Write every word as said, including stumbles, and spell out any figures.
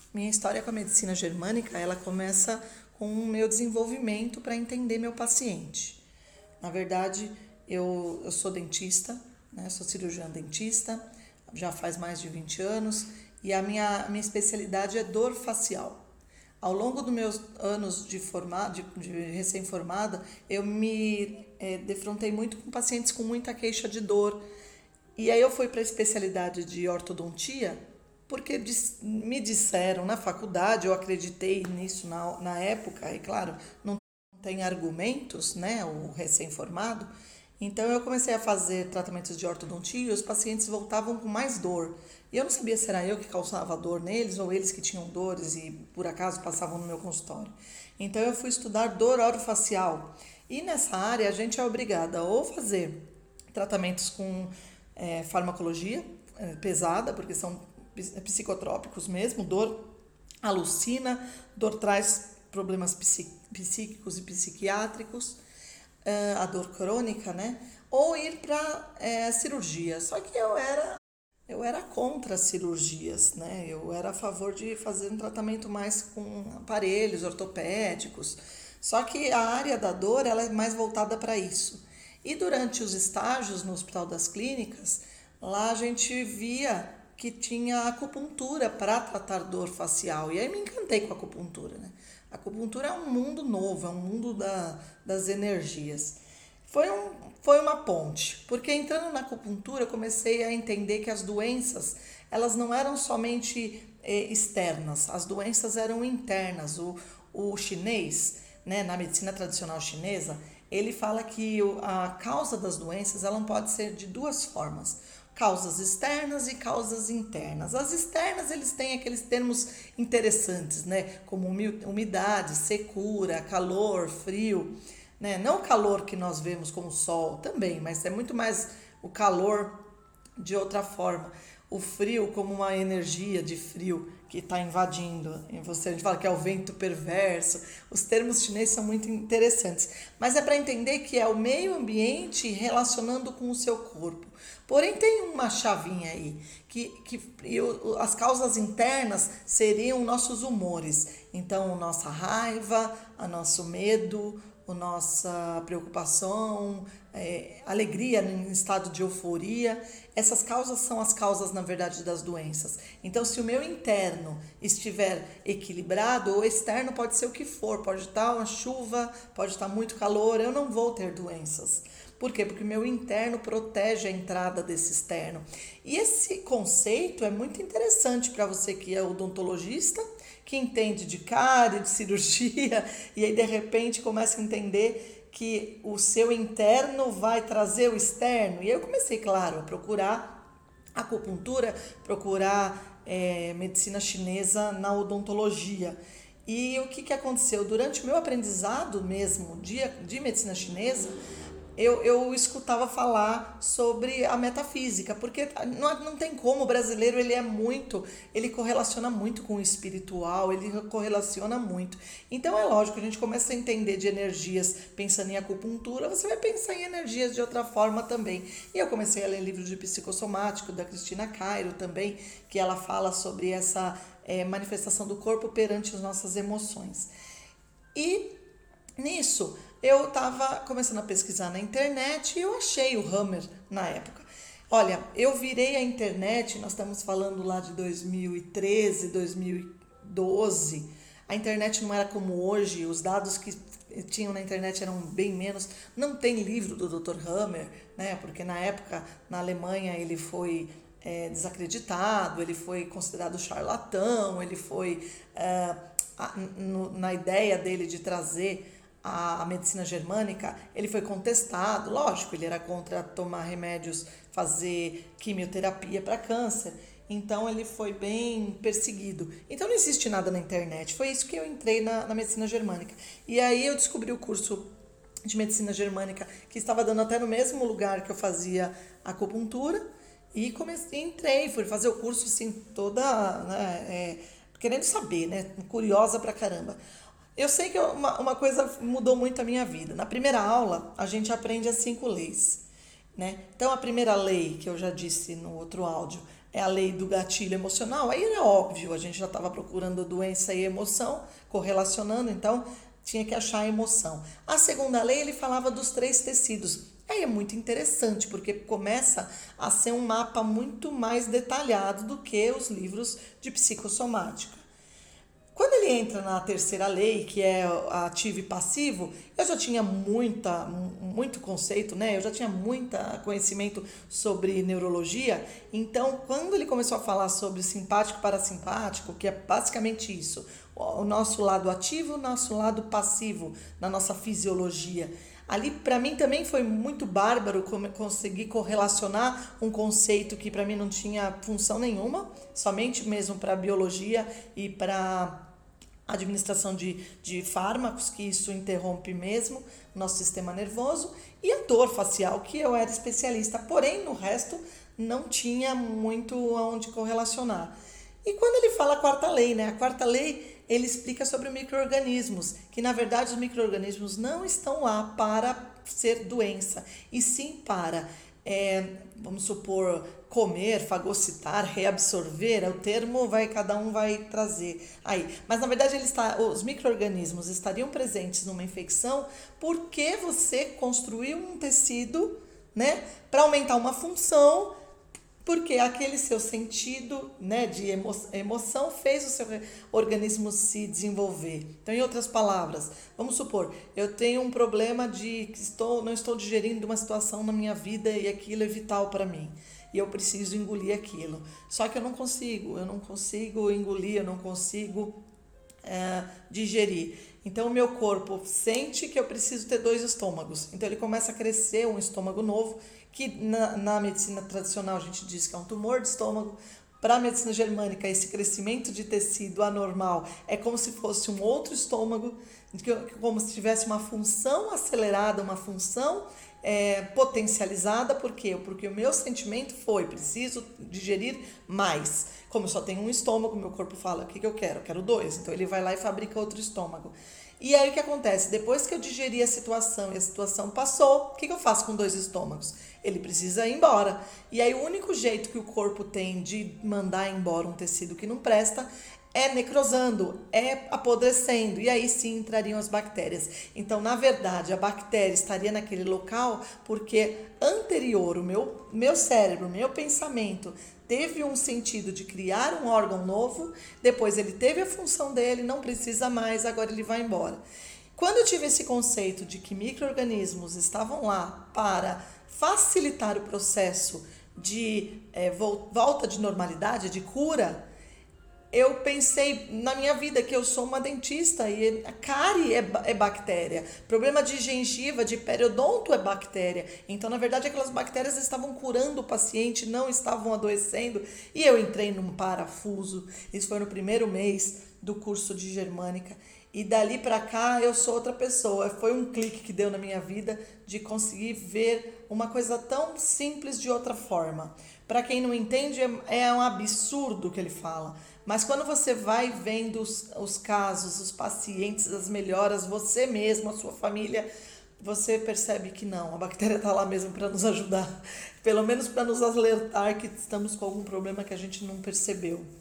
Minha história com a medicina germânica, ela começa com o meu desenvolvimento para entender meu paciente. Na verdade, eu, eu sou dentista, né? Sou cirurgiã dentista, já faz mais de vinte anos, e a minha, minha especialidade é dor facial. Ao longo dos meus anos de, forma, de, de recém-formada, eu me é, defrontei muito com pacientes com muita queixa de dor. E aí eu fui para a especialidade de ortodontia, porque me disseram na faculdade, eu acreditei nisso na, na época, e claro, não tem argumentos, né, o recém-formado. Então eu comecei a fazer tratamentos de ortodontia e os pacientes voltavam com mais dor. E eu não sabia se era eu que causava dor neles ou eles que tinham dores e por acaso passavam no meu consultório. Então eu fui estudar dor orofacial. E nessa área a gente é obrigada a ou fazer tratamentos com é, farmacologia é, pesada, porque são psicotrópicos mesmo, dor alucina, dor traz problemas psíquicos e psiquiátricos, a dor crônica, né? Ou ir para é, cirurgia. Só que eu era eu era contra as cirurgias, né? Eu era a favor de fazer um tratamento mais com aparelhos ortopédicos. Só que a área da dor ela é mais voltada para isso. E durante os estágios no Hospital das Clínicas, lá a gente via que tinha acupuntura para tratar dor facial. E aí me encantei com a acupuntura, né? A acupuntura é um mundo novo, é um mundo da, das energias. Foi, um, foi uma ponte, porque entrando na acupuntura eu comecei a entender que as doenças, elas não eram somente eh, externas, as doenças eram internas. O, o chinês, né, na medicina tradicional chinesa, ele fala que a causa das doenças ela não pode ser de duas formas. Causas externas e causas internas. As externas, eles têm aqueles termos interessantes, né? Como umidade, secura, calor, frio, né? Não o calor que nós vemos como sol também, mas é muito mais o calor de outra forma. O frio como uma energia de frio que está invadindo em você. A gente fala que é o vento perverso. Os termos chineses são muito interessantes. Mas é para entender que é o meio ambiente relacionando com o seu corpo. Porém, tem uma chavinha aí, que, que eu, as causas internas seriam nossos humores. Então, nossa raiva, o nosso medo, a nossa preocupação, é, alegria em estado de euforia. Essas causas são as causas, na verdade, das doenças. Então, se o meu interno estiver equilibrado, o externo pode ser o que for, pode estar uma chuva, pode estar muito calor, eu não vou ter doenças. Por quê? Porque o meu interno protege a entrada desse externo. E esse conceito é muito interessante para você que é odontologista, que entende de cárie, de cirurgia, e aí de repente começa a entender que o seu interno vai trazer o externo. E aí eu comecei, claro, a procurar acupuntura, procurar é, medicina chinesa na odontologia. E o que, que aconteceu? Durante o meu aprendizado mesmo de, de medicina chinesa, Eu, eu escutava falar sobre a metafísica, porque não, não tem como, o brasileiro ele é muito, ele correlaciona muito com o espiritual, ele correlaciona muito. Então é lógico, a gente começa a entender de energias pensando em acupuntura, você vai pensar em energias de outra forma também. E eu comecei a ler livros de psicossomático da Cristina Cairo também, que ela fala sobre essa é, manifestação do corpo perante as nossas emoções. E nisso, eu estava começando a pesquisar na internet e eu achei o Hammer na época. Olha, eu virei a internet, nós estamos falando lá de dois mil e treze, dois mil e doze. A internet não era como hoje, os dados que tinham na internet eram bem menos. Não tem livro do doutor Hammer, né? Porque na época, na Alemanha, ele foi é, desacreditado, ele foi considerado charlatão, ele foi, é, a, no, na ideia dele de trazer a medicina germânica, ele foi contestado, lógico, ele era contra tomar remédios, fazer quimioterapia para câncer, então ele foi bem perseguido. Então não existe nada na internet, foi isso que eu entrei na, na medicina germânica. E aí eu descobri o curso de medicina germânica, que estava dando até no mesmo lugar que eu fazia acupuntura, e comecei, entrei, fui fazer o curso assim, toda, né, é, querendo saber, né, curiosa pra caramba. Eu sei que uma, uma coisa mudou muito a minha vida. Na primeira aula, a gente aprende as cinco leis, né? Então, a primeira lei, que eu já disse no outro áudio, é a lei do gatilho emocional, aí era óbvio, a gente já estava procurando doença e emoção, correlacionando, então tinha que achar a emoção. A segunda lei, ele falava dos três tecidos. Aí é muito interessante, porque começa a ser um mapa muito mais detalhado do que os livros de psicossomática. Quando ele entra na terceira lei, que é ativo e passivo, eu já tinha muita, muito conceito, né? Eu já tinha muito conhecimento sobre neurologia. Então, quando ele começou a falar sobre simpático e parasimpático, que é basicamente isso, o nosso lado ativo e o nosso lado passivo na nossa fisiologia. Ali, para mim, também foi muito bárbaro conseguir correlacionar um conceito que para mim não tinha função nenhuma, somente mesmo para biologia e para administração de, de fármacos, que isso interrompe mesmo o nosso sistema nervoso, e a dor facial, que eu era especialista, porém no resto não tinha muito onde correlacionar. E quando ele fala a quarta lei, né? A quarta lei, ele explica sobre micro-organismos, que na verdade os micro-organismos não estão lá para ser doença, e sim para, é, vamos supor, comer, fagocitar, reabsorver, o termo vai, cada um vai trazer aí. Mas na verdade ele está, os micro-organismos estariam presentes numa infecção porque você construiu um tecido, né, para aumentar uma função, porque aquele seu sentido, né, de emo emoção fez o seu organismo se desenvolver. Então, em outras palavras, vamos supor, eu tenho um problema de que estou, não estou digerindo uma situação na minha vida e aquilo é vital para mim. E eu preciso engolir aquilo. Só que eu não consigo, eu não consigo engolir, eu não consigo é, digerir. Então, o meu corpo sente que eu preciso ter dois estômagos. Então, ele começa a crescer um estômago novo, que na, na medicina tradicional a gente diz que é um tumor de estômago. Para a medicina germânica, esse crescimento de tecido anormal é como se fosse um outro estômago, como se tivesse uma função acelerada, uma função é, potencializada. Por quê? Porque o meu sentimento foi, preciso digerir mais. Como eu só tenho um estômago, meu corpo fala, o que, que eu quero? Eu quero dois. Então ele vai lá e fabrica outro estômago. E aí o que acontece? Depois que eu digeri a situação e a situação passou, o que, que eu faço com dois estômagos? Ele precisa ir embora. E aí o único jeito que o corpo tem de mandar embora um tecido que não presta é necrosando, é apodrecendo, e aí sim entrariam as bactérias. Então, na verdade, a bactéria estaria naquele local porque anterior, o meu, meu cérebro, meu pensamento teve um sentido de criar um órgão novo, depois ele teve a função dele, não precisa mais, agora ele vai embora. Quando eu tive esse conceito de que micro-organismos estavam lá para facilitar o processo de é, volta de normalidade, de cura, eu pensei na minha vida que eu sou uma dentista e a cárie é, é bactéria. Problema de gengiva, de periodonto é bactéria. Então, na verdade, aquelas bactérias estavam curando o paciente, não estavam adoecendo. E eu entrei num parafuso. Isso foi no primeiro mês do curso de germânica. E dali para cá eu sou outra pessoa. Foi um clique que deu na minha vida de conseguir ver uma coisa tão simples de outra forma. Para quem não entende, é um absurdo o que ele fala. Mas quando você vai vendo os, os casos, os pacientes, as melhoras, você mesmo, a sua família, você percebe que não, a bactéria está lá mesmo para nos ajudar. Pelo menos para nos alertar que estamos com algum problema que a gente não percebeu.